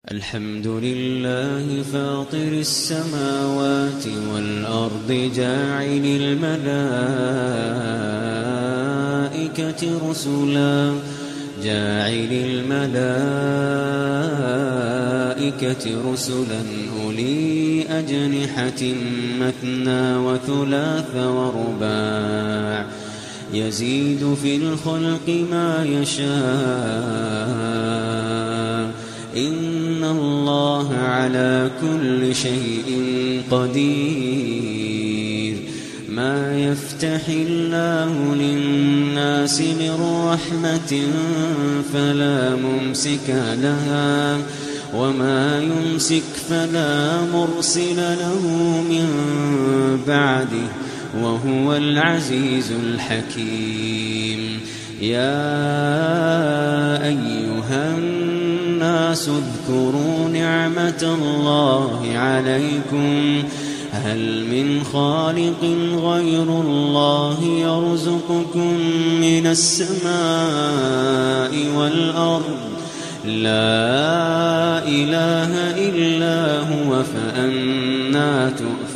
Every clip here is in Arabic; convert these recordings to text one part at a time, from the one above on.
الحمد لله فاطر السماوات والأرض جاعل الملائكة رسلا أولي أجنحة مثنى وثلاث ورباع يزيد في الخلق ما يشاء إن الله على كل شيء قدير. ما يفتح الله للناس من رحمة فلا ممسك لها وما يمسك فلا مرسل له من بعده وهو العزيز الحكيم. يا أيها الناس اذكروا نعمة الله عليكم هل من خالق غير الله يرزقكم من السماء والأرض لا إله إلا هو فأنى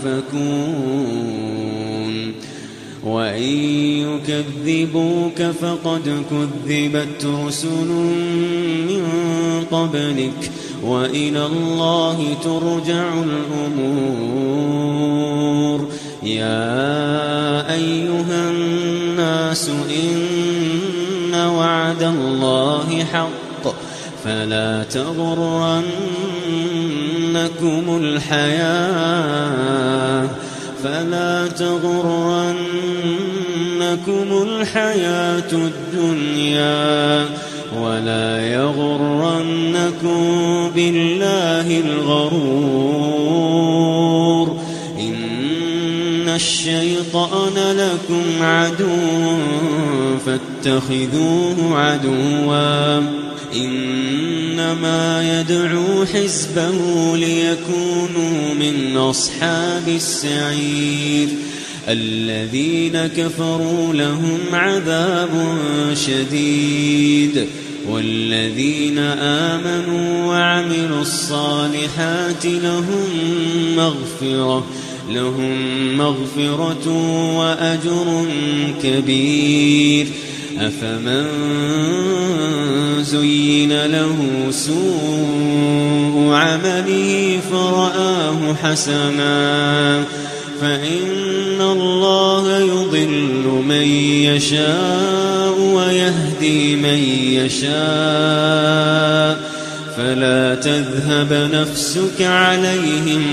تؤفكون. وإن يكذبوك فقد كذبت رسل من قبلك وإلى الله ترجع الأمور. يا أيها الناس إن وعد الله حق فلا تغرنكم الحياة الدنيا ولا يغرنكم بالله الغرور. إن الشيطان لكم عدو فاتخذوه عدوا إنما يدعو حزبه ليكونوا من أصحاب السعير. الذين كفروا لهم عذاب شديد والذين آمنوا وعملوا الصالحات لهم مغفرة وأجر كبير. أفمن زين له سوء عمله فرآه حسنا فإن الله يضل من يشاء ويهدي من يشاء فلا تذهب نفسك عليهم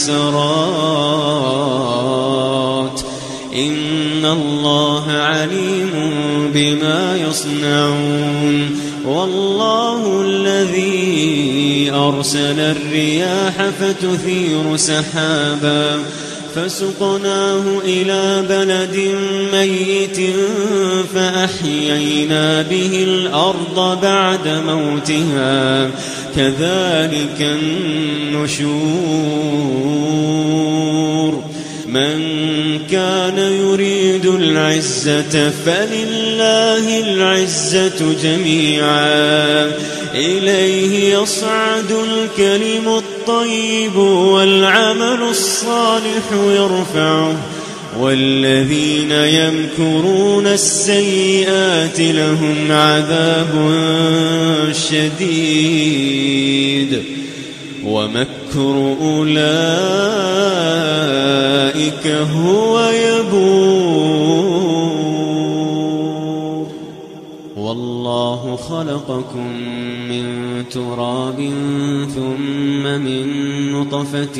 حسرات إن الله عليم بما يصنعون. والله الذي أرسل الرياح فتثير سحابا فسقناه إلى بلد ميت فأحيينا به الأرض بعد موتها كذلك النشور. من كان يريد العزة فلله العزة جميعا إليه يصعد الكلم الطيب والعمل الصالح يرفعه والذين يمكرون السيئات لهم عذاب شديد ومكر أولئك هو يبور. والله خلقكم من تراب ثم من نطفة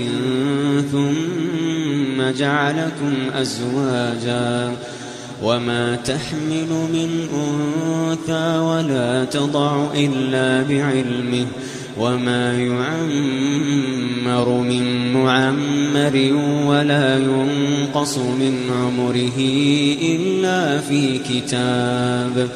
ثم جعلكم أزواجا وما تحمل من أنثى ولا تضع إلا بعلمه وما يعمر من معمر ولا ينقص من عمره إلا في كتاب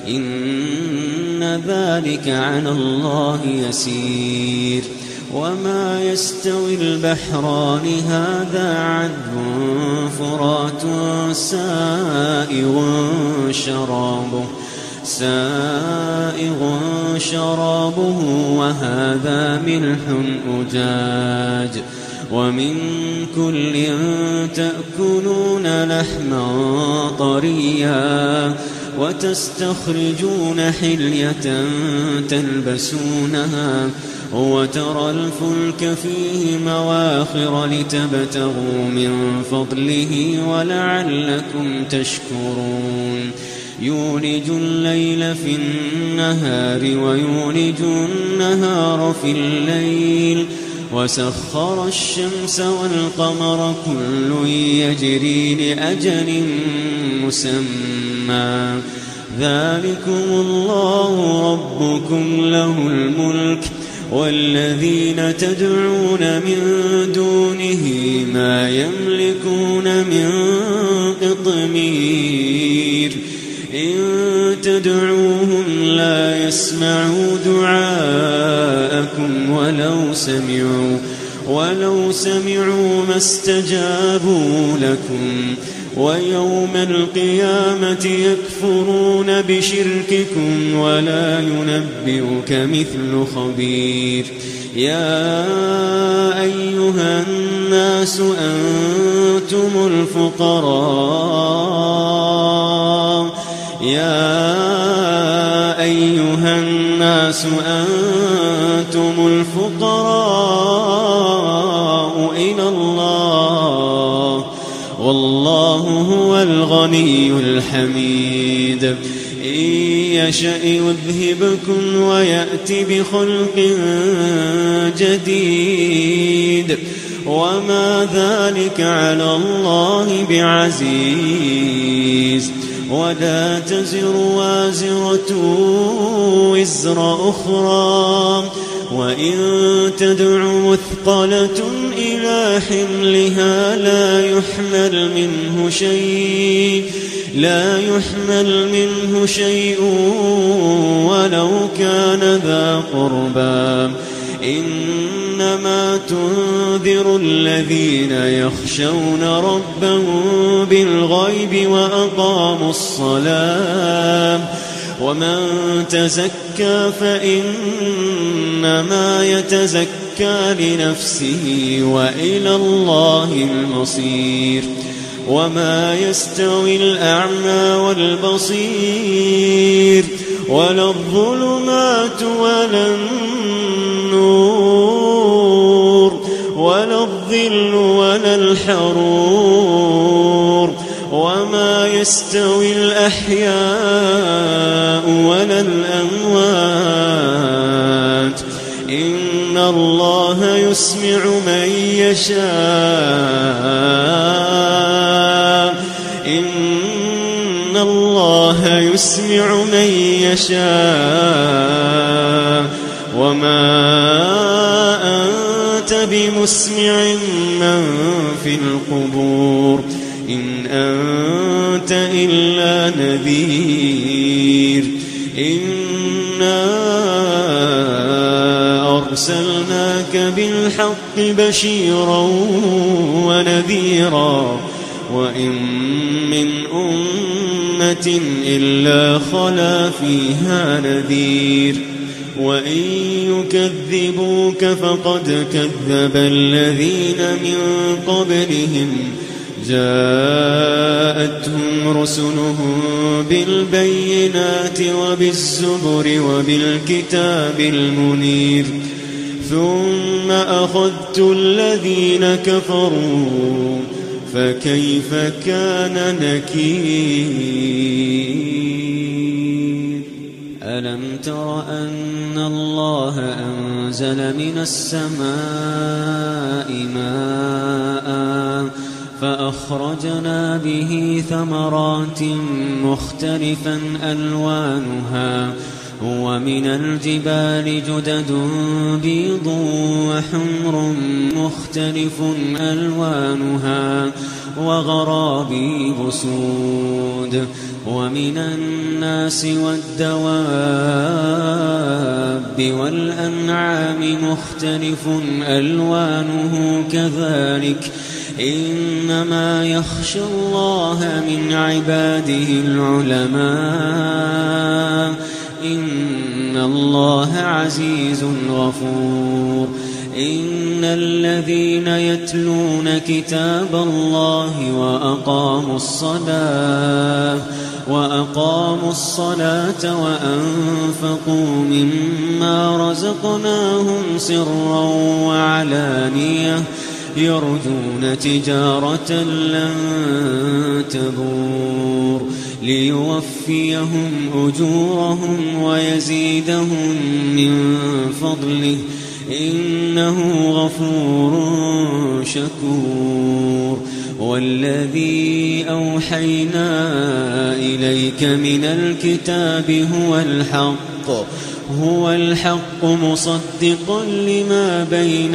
إن ذلك على الله يسير. وما يستوي البحران هذا عذب فرات سائغ سائغ شرابه وهذا ملح أجاج ومن كل تأكلون لحما طريا وتستخرجون حلية تلبسونها وترى الفلك فيه مواخر لتبتغوا من فضله ولعلكم تشكرون يولج الليل في النهار ويولج النهار في الليل وسخر الشمس والقمر كل يجري لأجل مسمى ذلكم الله ربكم له الملك والذين تدعون من دونه ما يملكون من قطمير إن تدعوهم لا يسمعوا دعاءكم ولو سمعوا ما استجابوا لكم ويوم القيامة يكفرون بشرككم ولا ينبئك مثل خبير يا أيها الناس أنتم الفقراء إلى الله والله هو الغني الحميد إن يشأ يذهبكم ويأتي بخلق جديد وما ذلك على الله بعزيز ولا تزر وازرة وزر أخرى وإن تدع مثقلة إلى حملها لا يحمل منه شيء ولو كان ذا قربى إنما تنذر الذين يخشون ربهم بالغيب وأقاموا الصلاة ومن تزكى فإنما يتزكى لنفسه وإلى الله المصير وما يستوي الأعمى والبصير ولا الظلمات ولا النور ولا الظل ولا الحرور وما يستوي الأحياء ولا الأموات إن الله يسمع من يشاء وما أنت بمسمع من في القبور إن أنت إلا نذير إنا أرسلناك بالحق بشيرا ونذيرا وإن من أمة إلا خلا فيها نذير وإن يكذبوك فقد كذب الذين من قبلهم جاءتهم رسلهم بالبينات وبالزبر وبالكتاب المنير ثم أخذت الذين كفروا فكيف كان نكير ألم تر أن الله أنزل من السماء ماء فأخرجنا به ثمرات مختلفا ألوانها ومن الجبال جدد بيض وحمر مختلف ألوانها وغرابيب سود ومن الناس والدواب والأنعام مختلف ألوانه كذلك إنما يخشى الله من عباده العلماء إن الله عزيز غفور إن الذين يتلون كتاب الله وأقاموا الصلاة وأنفقوا مما رزقناهم سرا وعلانية يرجون تجارة لن تبور ليوفيهم أجورهم ويزيدهم من فضله إنه غفور شكور والذي أوحينا إليك من الكتاب هو الحق مصدقا لما بين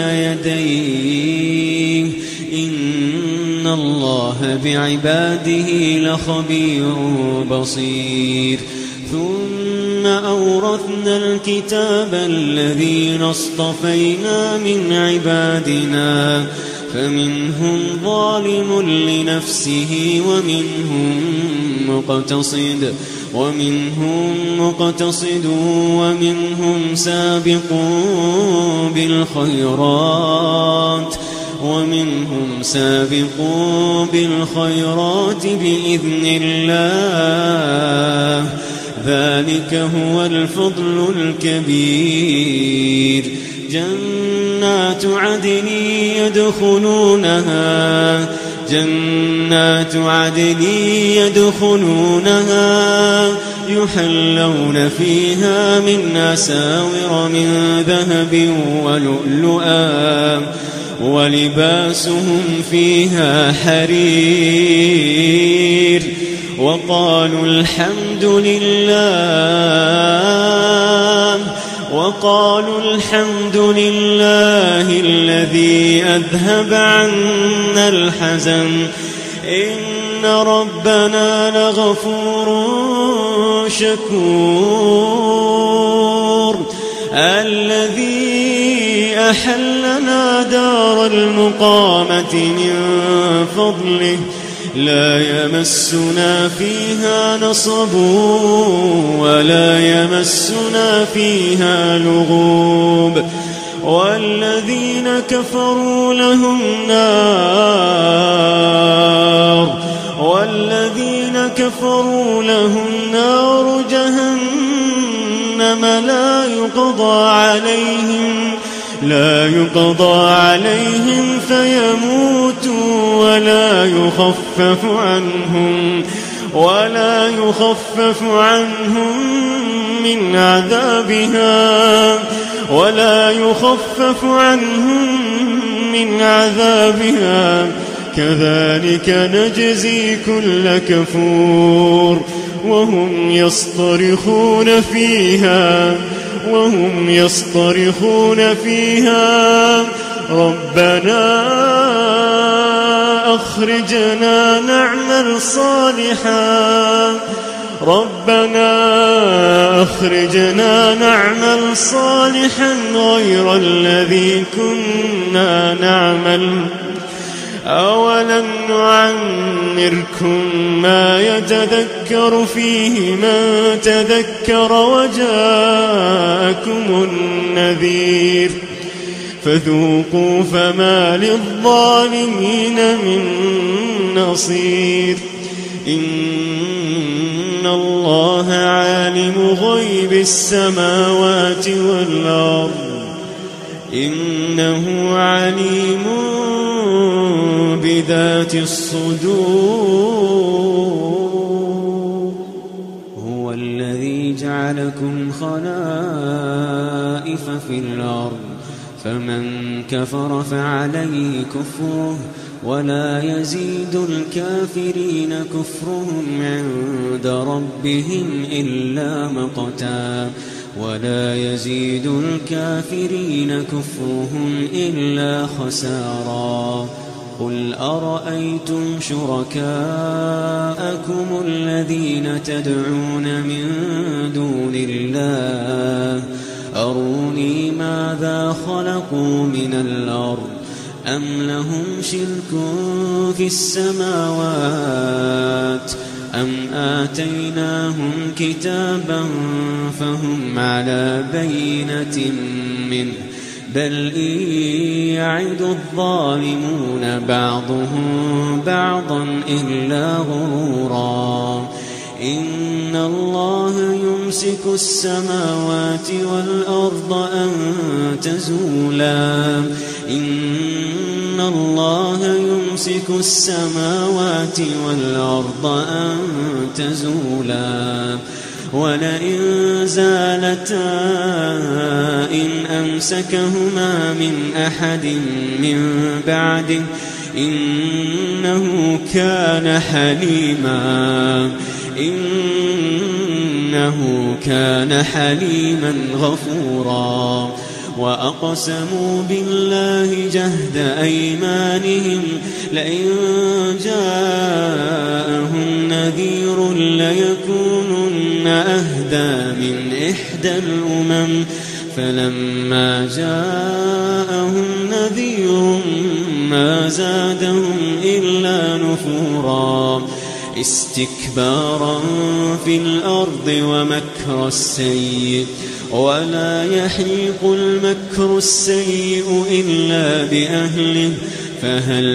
يديه إن الله بعباده لخبير بصير ثم أورثنا الكتاب الذين اصطفينا من عبادنا فمنهم ظالم لنفسه ومنهم مقتصد ومنهم سابق بالخيرات بإذن الله ذلك هو الفضل الكبير جنات عدن يدخلونها يحلون فيها من أساور من ذهب ولؤلؤا ولباسهم فيها حرير وقالوا الحمد لله الذي أذهب عنا الحزن إن ربنا لغفور شكور الذي أحلنا دار المقامة من فضله لا يمسنا فيها نصب ولا يمسنا فيها لغوب والذين كفروا لهم نار جهنم لا يقضى عليهم فيموتوا ولا يخفف عنهم من عذابها كذلك نجزي كل كفور وهم يصطرخون فيها ربنا أخرجنا نعمل صالحا غير الذي كنا نعمل أولم نعمركم ما يتذكر فيه من تذكر وجاءكم النذير فذوقوا فما للظالمين من نصير إن الله عالم غيب السماوات والأرض إنه عليم بذات الصدور هو الذي جعلكم خلائف في الأرض فمن كفر فعليه كفره ولا يزيد الكافرين كفرهم عند ربهم إلا مقتا ولا يزيد الكافرين كفرهم إلا خسارا قل أرأيتم شركاءكم الذين تدعون من دون الله أروني ماذا خلقوا من الأرض أم لهم شرك في السماوات أم آتيناهم كتابا فهم على بينة منه بل إن يعد الظالمون بعضهم بعضا إلا غرورا إن الله يمسك السماوات والأرض أن تزولا إن الله يمسك السماوات والأرض أن تزولا ولئن زالتا إن أمسكهما من أحد من بعده إنه كان حليما غفورا وأقسموا بالله جهد أيمانهم لئن جاءهم نذير ليكونن أهدى من إحدى الأمم فلما جاءهم نذير ما زادهم إلا نفورا استكبارا في الأرض ومكر السيء ولا يحيق المكر السيء إلا بأهله فهل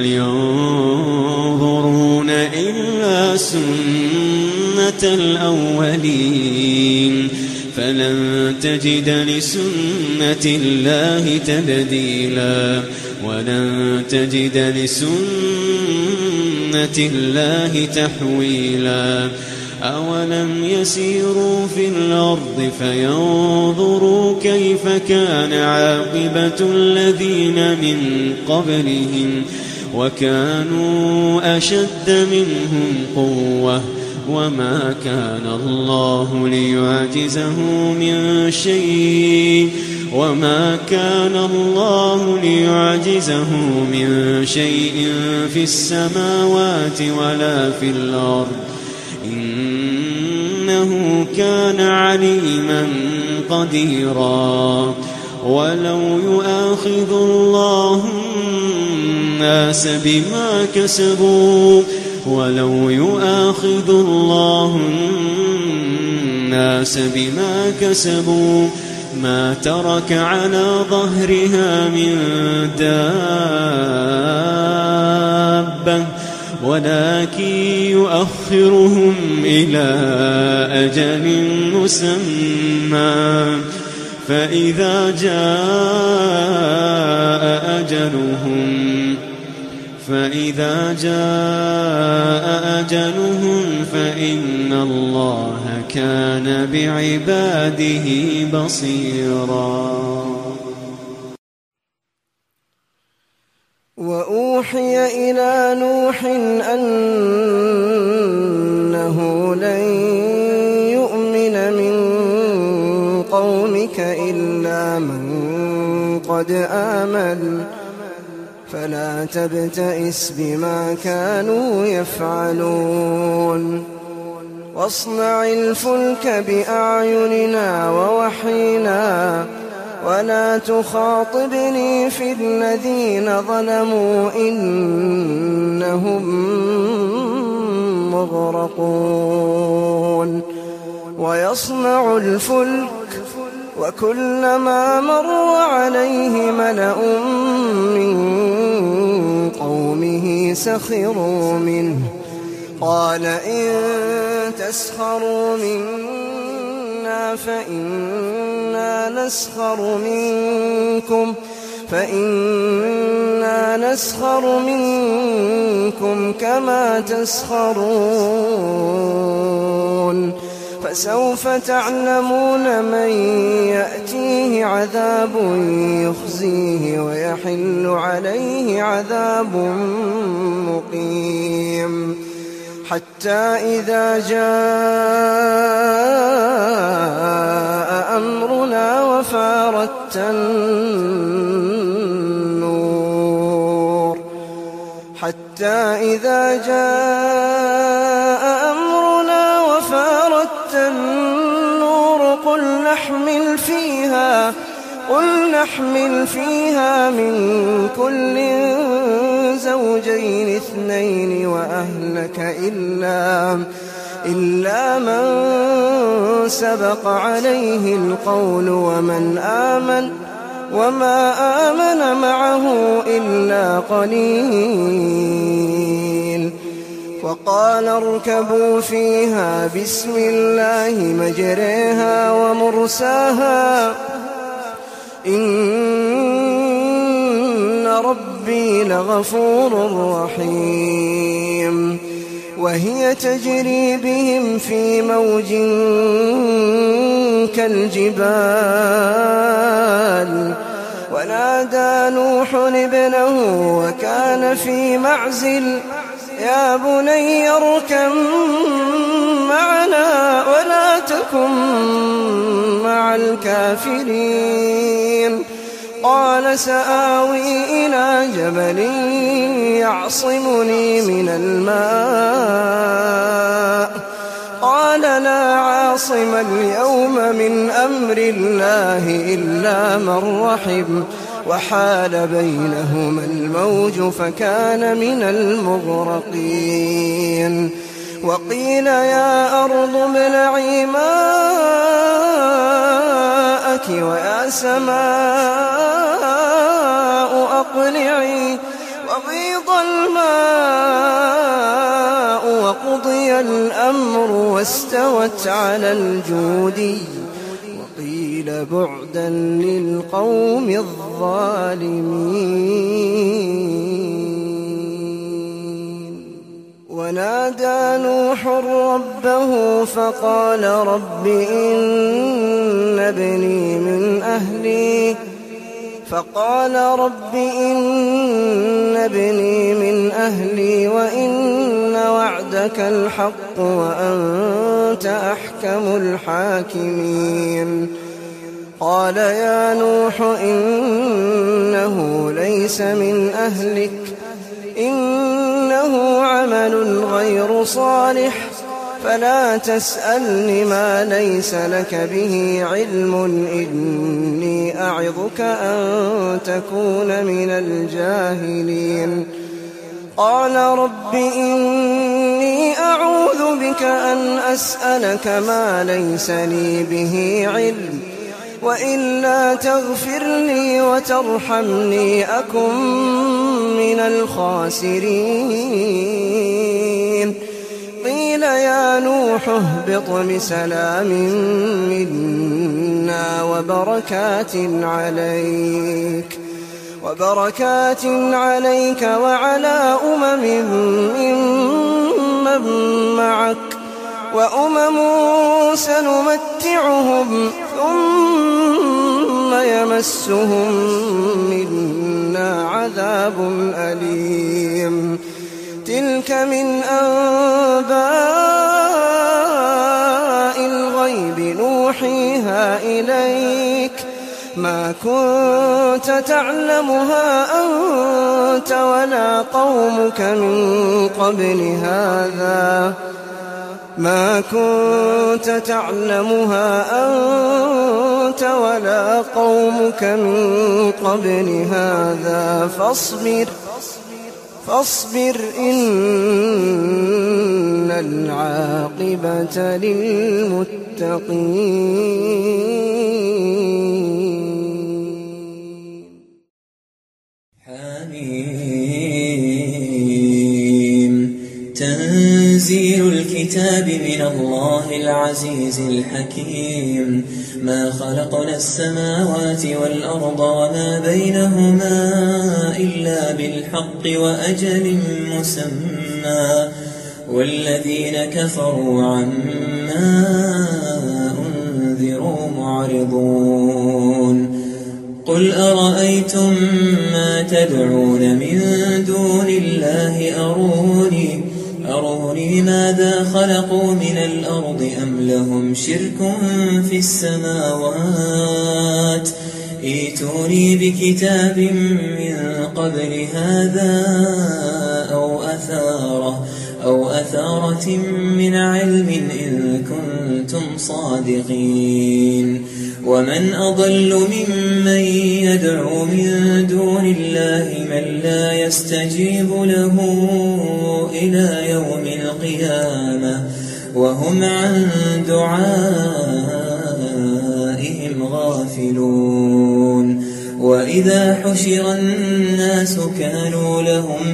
ينظرون إلا سنة الأولين فلن تجد لسنة الله تبديلا ولن تجد لسنة الله تحويلا أولم يسيروا في الأرض فينظروا كيف كان عاقبة الذين من قبلهم وكانوا أشد منهم قوة وما كان الله ليعجزه من شيء في السماوات ولا في الأرض إنه كان عليما قديرا ولو يؤاخذ الله الناس بما كسبوا ما ترك على ظهرها من دابة ولكن يؤخرهم إلى أجل مسمى فإذا جاء أجلهم فإن الله كان بعباده بصيرا وأوحي إلى نوح أنه لن يؤمن من قومك إلا من قد آمن فلا تبتئس بما كانوا يفعلون واصنع الفلك بأعيننا ووحينا ولا تخاطبني في الذين ظلموا إنهم مغرقون ويصنع الفلك وكلما مر عليه ملأ من قومه سخروا منه قال إن تسخروا منا فإنا نسخر منكم كما تسخرون فسوف تعلمون من يأتيه عذاب يخزيه ويحل عليه عذاب مقيم حتى إذا جاء أمرنا وفارت النور قل نحمل قل نحمل فيها من كل زوجين اثنين وأهلك إلا من سبق عليه القول وما آمن معه إلا قليل وقال اركبوا فيها بسم الله مجريها ومرساها إن ربي لغفور رحيم وهي تجري بهم في موج كالجبال ونادى نوح ابنه وكان في معزل يا بني اركب معنا ولا تكن مع الكافرين قال سآوي إلى جبل يعصمني من الماء قال لا عاصم اليوم من أمر الله إلا من رحم وحال بينهما الموج فكان من المغرقين وقيل يا أرض ابلعي ماءك ويا سماء أقلعي وغيض الماء وقضي الأمر واستوت على الجودي وقيل بعدا للقوم الظالمين ونادى نوح ربه فقال رب إن ابني من أهلي وإن وعدك الحق وأنت أحكم الحاكمين قال يا نوح إنه ليس من أهلك إنه عمل غير صالح فلا تسألني ما ليس لك به علم إني أعظك أن تكون من الجاهلين قال رب إني أعوذ بك أن أسألك ما ليس لي به علم وإلا تغفر لي وترحمني أكن من الخاسرين قيل يا نوح اهبط بسلام منا وبركات عليك وعلى ممن معك وأمم سنمتعهم ثم يمسهم منا عذاب أليم تلك من أنباء الغيب نوحيها إليك ما كنت تعلمها أنت ولا قومك من قبل هذا فاصبر إن العاقبة للمتقين حميم تنزيل الكتاب من الله العزيز الحكيم ما خلقنا السماوات والأرض وما بينهما إلا بالحق وأجل مسمى والذين كفروا عما أنذروا معرضون قل أرأيتم ما تدعون من دون الله أروني ماذا خلقوا من الأرض أم لهم شرك في السماوات ائتوني بكتاب من قبل هذا أو أثارة من علم إن كنتم صادقين ومن أضل ممن يدعو من دون الله من لا يستجيب له إلى يوم القيامة وهم عن دعائهم غافلون وإذا حشر الناس كانوا لهم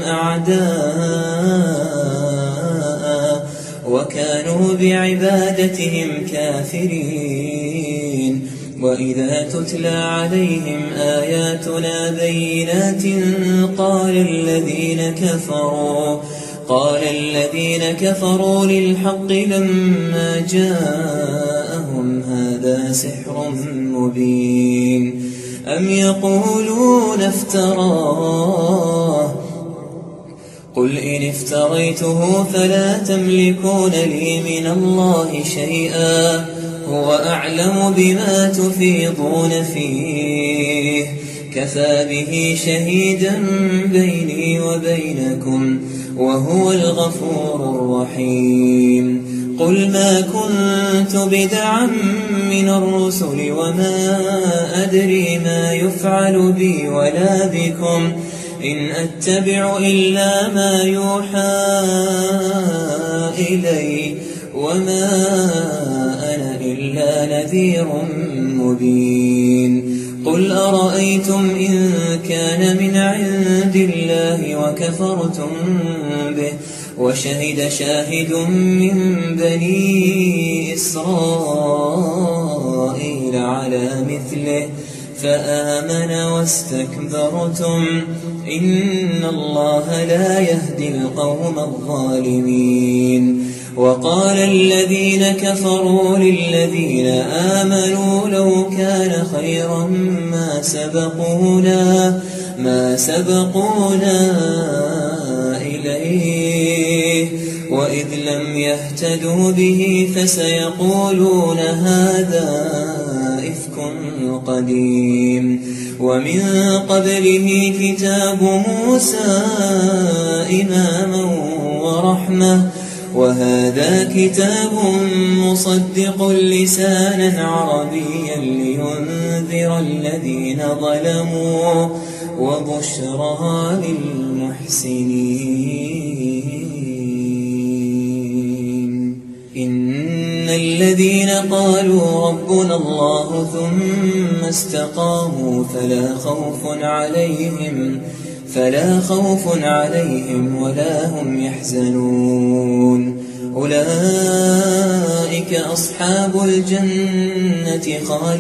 أعداء وكانوا بعبادتهم كافرين وإذا تتلى عليهم آياتنا بينات قال الذين كفروا للحق لما جاءهم هذا سحر مبين أم يقولون افتراه قل إن افتريته فلا تملكون لي من الله شيئا هو أعلم بما تفيضون فيه كفى به شهيدا بيني وبينكم وهو الغفور الرحيم قل ما كنت بدعا من الرسل وما أدري ما يفعل بي ولا بكم إن أتبع إلا ما يوحى إلي وما أنا إلا نذير مبين قل أرأيتم إن كان من عند الله وكفرتم به وشهد شاهد من بني إسرائيل على مثله فآمن واستكبرتم إن الله لا يهدي القوم الظالمين وقال الذين كفروا للذين آمنوا لو كان خيرا ما سبقونا إليه وإذ لم يهتدوا به فسيقولون هذا إفك قديم ومن قبله كتاب موسى إماما ورحمة وهذا كتاب مصدق لسانا عربيا لينذر الذين ظلموا وبشرى للمحسنين إن الذين قالوا ربنا الله ثم استقاموا فلا خوف عليهم ولا هم يحزنون أولئك أصحاب الجنة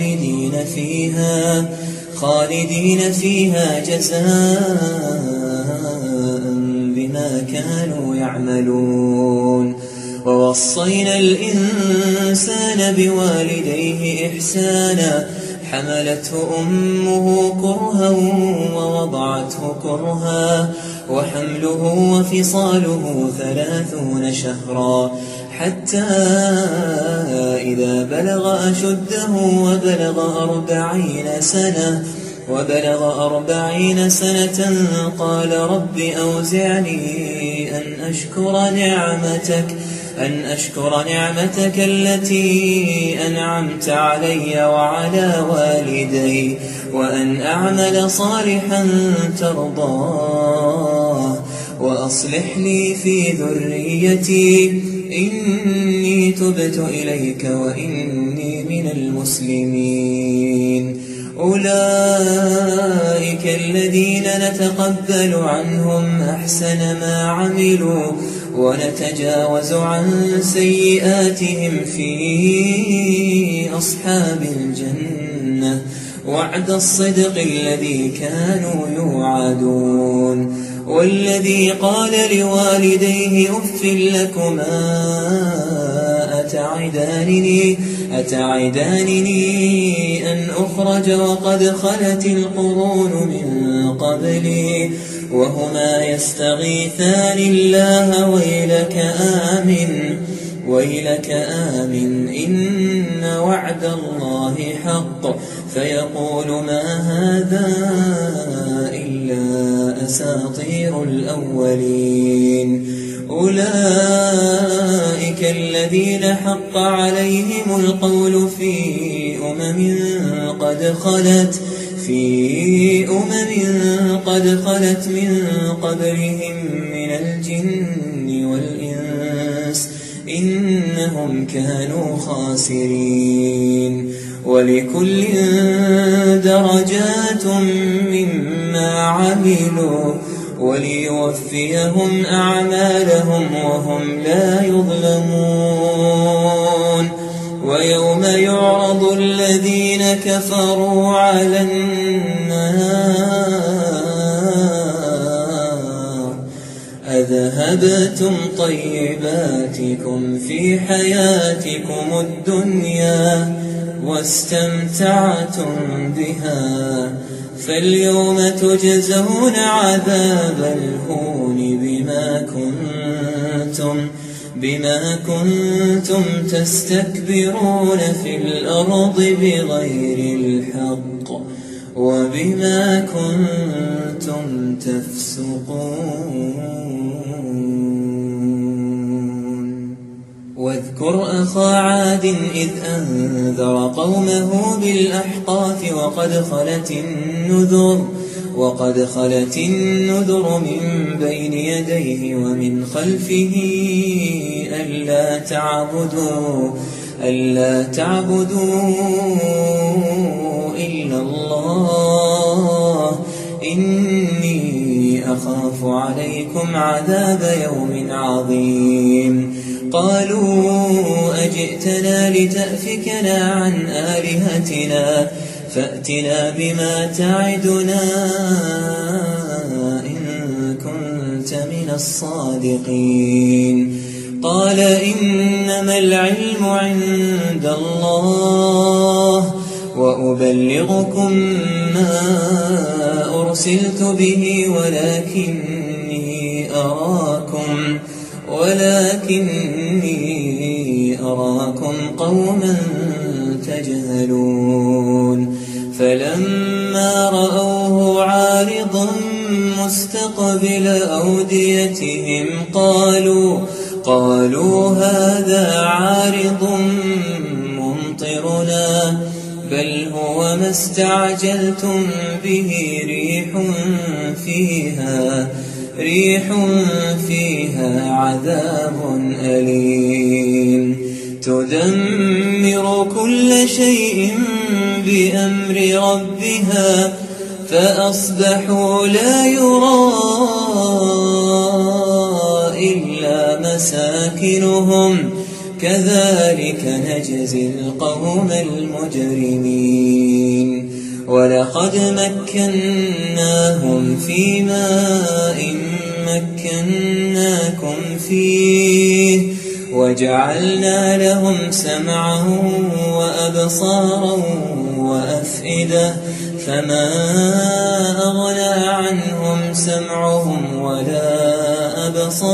خالدين فيها جزاء بما كانوا يعملون ووصينا الإنسان بوالديه إحسانا حملته أمه كرها ووضعته كرها وحمله وفصاله 30 شهرا حتى إذا بلغ أشده وبلغ 40 سنة قال رب أوزعني أن أشكر نعمتك التي أنعمت علي وعلى والدي وأن أعمل صالحا ترضاه وأصلح لي في ذريتي إني تبت إليك وإني من المسلمين أولئك الذين نتقبل عنهم أحسن ما عملوا ونتجاوز عن سيئاتهم في أصحاب الجنة وعد الصدق الذي كانوا يوعدون والذي قال لوالديه أف لكما أتعدانني أن أخرج وقد خلت القرون من قبلي وهما يستغيثان الله ويلك آمن إن وعد الله حق فيقول ما هذا إلا أساطير الأولين أولئك الذين حق عليهم القول في قد خلت من قبلهم من الجن والإنس إنهم كانوا خاسرين ولكل درجات مما عملوا وليوفيهم أعمالهم وهم لا يظلمون ويوم يعرض الذين كفروا على النار أذهبتم طيباتكم في حياتكم الدنيا واستمتعتم بها فاليوم تجزون عذاب الهون بما كنتم تستكبرون في الأرض بغير الحق وبما كنتم تفسقون واذكر أخا عاد إذ أنذر قومه بالأحقاف وقد خلت النذر من بين يديه ومن خلفه ألا تعبدوا إلا الله إني أخاف عليكم عذاب يوم عظيم قالوا أجئتنا لتأفكنا عن آلهتنا فأتنا بما تعدنا إن كنت من الصادقين قال إنما العلم عند الله وأبلغكم ما أرسلت به ولكني أراكم قوما تجهلون فلما رأوه عارضا مستقبل أوديتهم قالوا هذا عارض ممطرنا بل هو ما استعجلتم به ريح فيها عذاب أليم تدمر كل شيء بأمر ربها فأصبحوا لا يرى إلا مساكنهم كذلك نجزي القوم المجرمين ولقد مكناهم في ماء مكناكم فيه وجعلنا لهم سمعا وأبصارا وأفئدة فما أغنى عنهم سمعهم ولا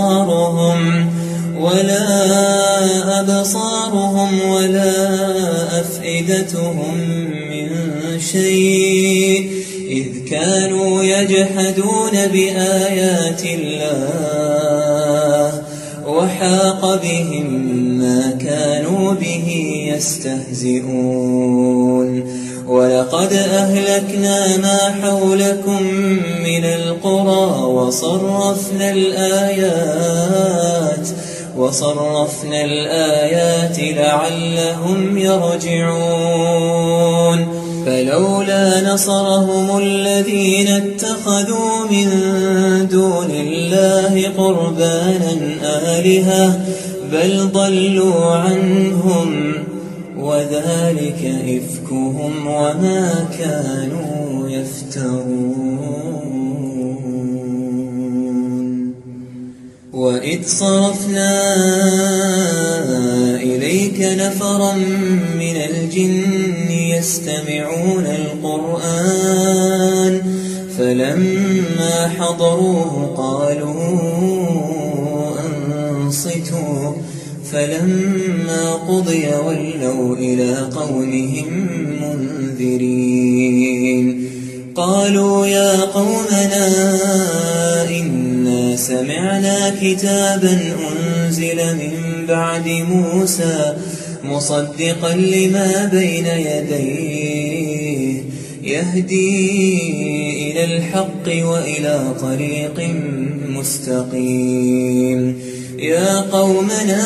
أبصارهم ولا أفئدتهم من شيء إذ كانوا يجحدون بآيات الله وحاق بهم ما كانوا به يستهزئون ولقد أهلكنا ما حولكم من القرى وصرفنا الآيات لعلهم يرجعون فلولا نصرهم الذين اتخذوا من دون الله قربانا آلهة بل ضلوا عنهم وذلك إفكهم وما كانوا يفترون وإذ صرفنا إليك نفرا من الجن يستمعون القرآن فلما حضروه قالوا أنصتوا فلما قضي ولوا إلى قومهم منذرين قالوا يا قومنا إنا سمعنا كتابا أنزل من بعد موسى مصدقا لما بين يديه يهدي إلى الحق وإلى طريق مستقيم يا قومنا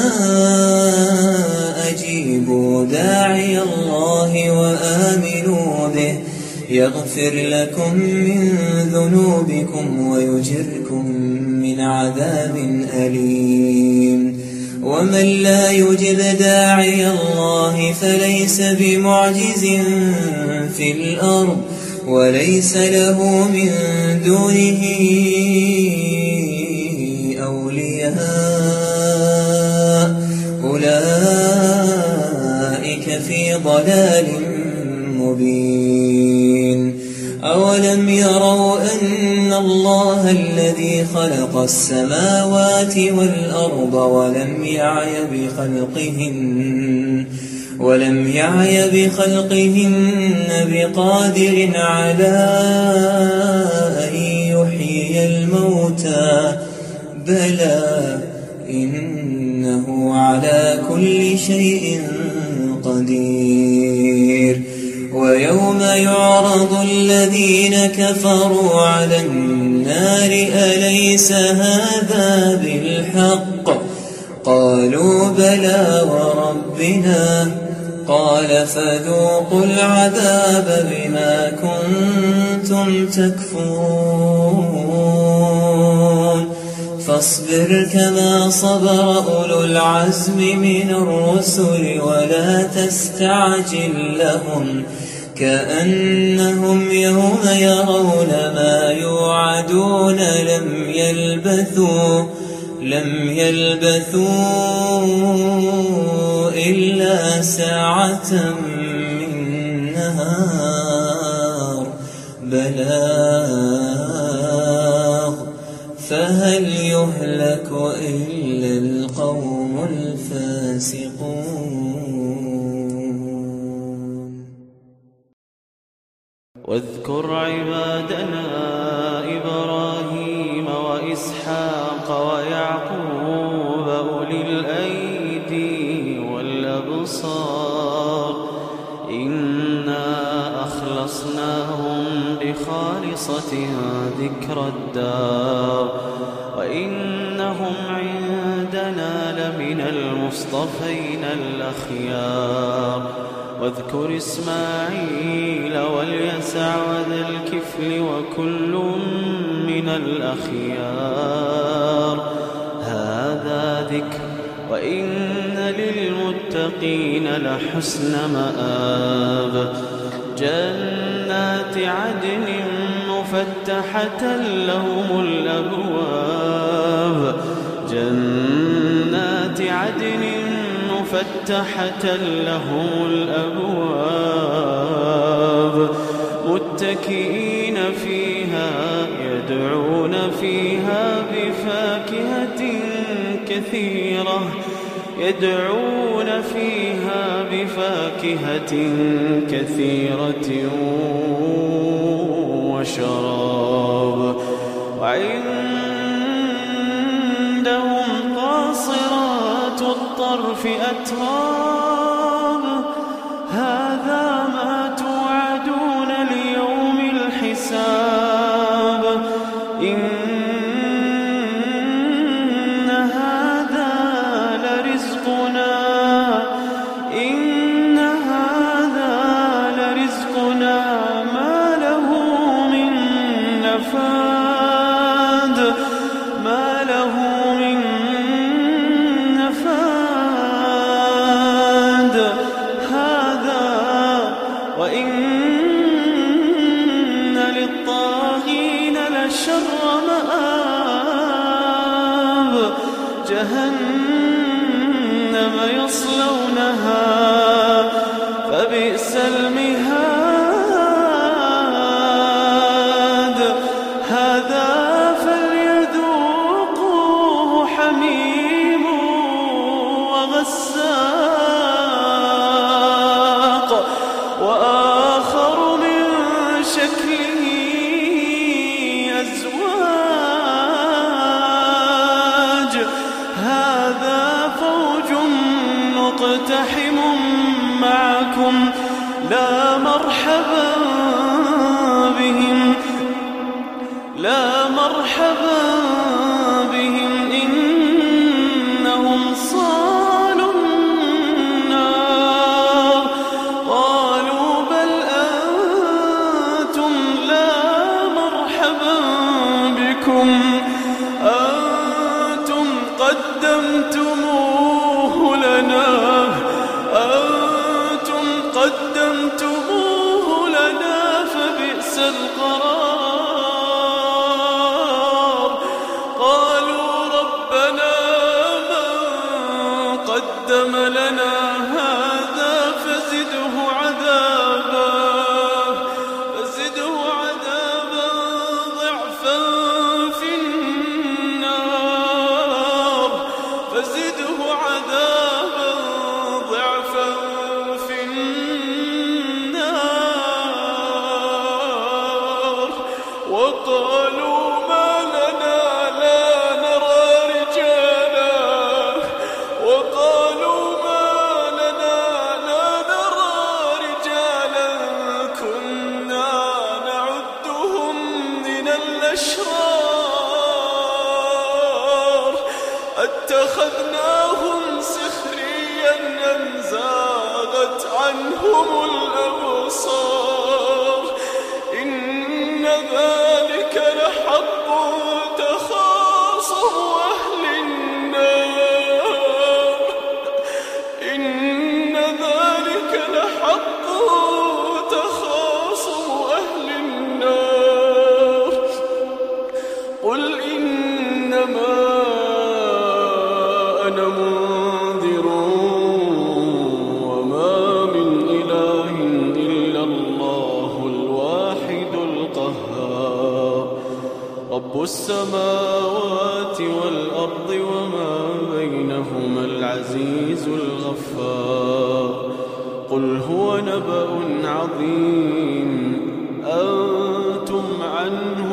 أجيبوا داعي الله وآمنوا به يغفر لكم من ذنوبكم ويجركم من عذاب أليم ومن لا يجب داعي الله فليس بمعجز في الأرض وليس له من دونه أولياء أولئك في ضلال مبين أولم يروا أن الله الذي خلق السماوات والأرض ولم يعي بخلقهن بقادر على أن يحيي الموتى بلى إنه على كل شيء قدير ويوم يعرض الذين كفروا على النار أليس هذا بالحق قالوا بلى وربنا قال فذوقوا العذاب بما كنتم تكفرون فاصبر كما صبر أولو العزم من الرسل ولا تستعجل لهم كأنهم يوم يرون ما يوعدون لم يلبثوا إلا ساعة من نهار بلاغ فهل يهلك إلا القوم الفاسقون واذكر عبادنا إبراهيم وإسحاق ويعقوب أولي الأيدي والأبصار إنا أخلصناهم بخالصة ذكر الدار وإنهم عندنا لمن المصطفين الأخيار واذكر إسماعيل واليسع وذا الكفل وكل من الأخيار هذا ذكر وإن للمتقين لحسن مآب جنات عدن مفتحة لهم الأبواب جنات عدن مفتحة لهم الأبواب متكئين فيها يدعون فيها بفاكهة كثيرة وشراب وعندهم قاصرات الطرف أتراب هذا ما توعدون ليوم الحساب إن هذا لرزقنا ما له من نفاد هذا وإن للطاغين لشر مآب جهنم يصلونها فبئس المهاد هذا فليذوقوه حميم وغساق وآخر من شكله أزواج هذا فوج مقتحم لا مرحبا بهم إنهم صالوا النار قالوا بل أنتم لا مرحبا بكم أنتم قدمتموه لنا فبئس القرار قالوا ربنا من قدم لنا هذا فزده عذابا ضعفا في النار وقالوا ما لنا لا نرى رجالا كنا نعدهم من الأشرار اتخذناهم سخريا أم زاغت عنهم الأبصار إن ذلك لحق تخاصم أهل النار قل إنما أنا منذر وما من إله إلا الله الواحد القهار رب السماوات والأرض وما بينهما العزيز الغفار قل هو نبأ عظيم أنتم عنه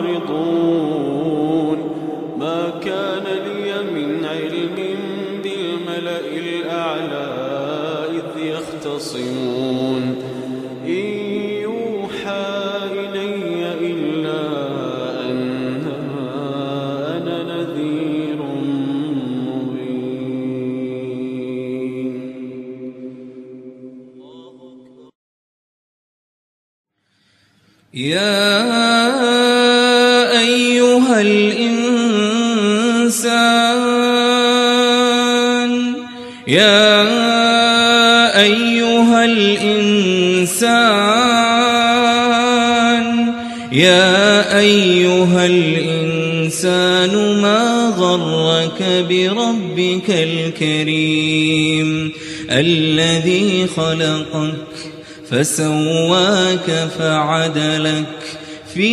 معرضون ما كان لي من علم بالملأ الأعلى إذ يختصمون إن يوحى إلي إلا أنما أنا نذير مبين. يا أيها الإنسان ما غرك بربك الكريم الذي خلقك فسواك فعدلك في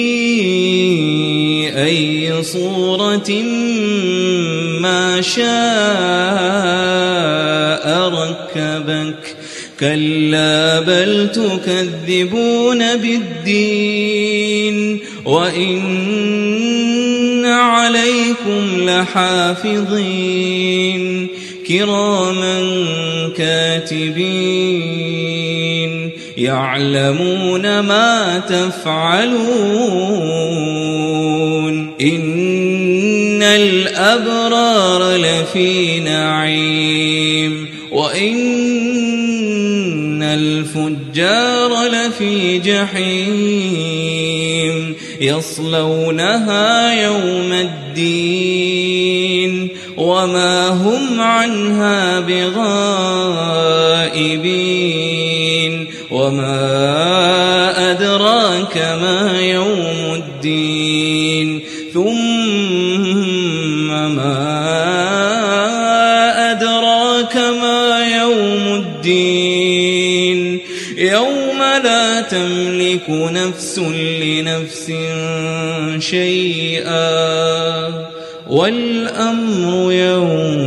أي صورة ما شاء ركبك كلا بل تكذبون بالدين وإن عليكم لحافظين كراما كاتبين يعلمون ما تفعلون إن الأبرار لفي نعيم وإن الفجار لفي جحيم يصلونها يوم الدين وما هم عنها بغائبين وما أدراك ما يوم الدين ثم ما أدراك ما يوم الدين يوم لا تملك نفس لنفس شيئا والأمر يوم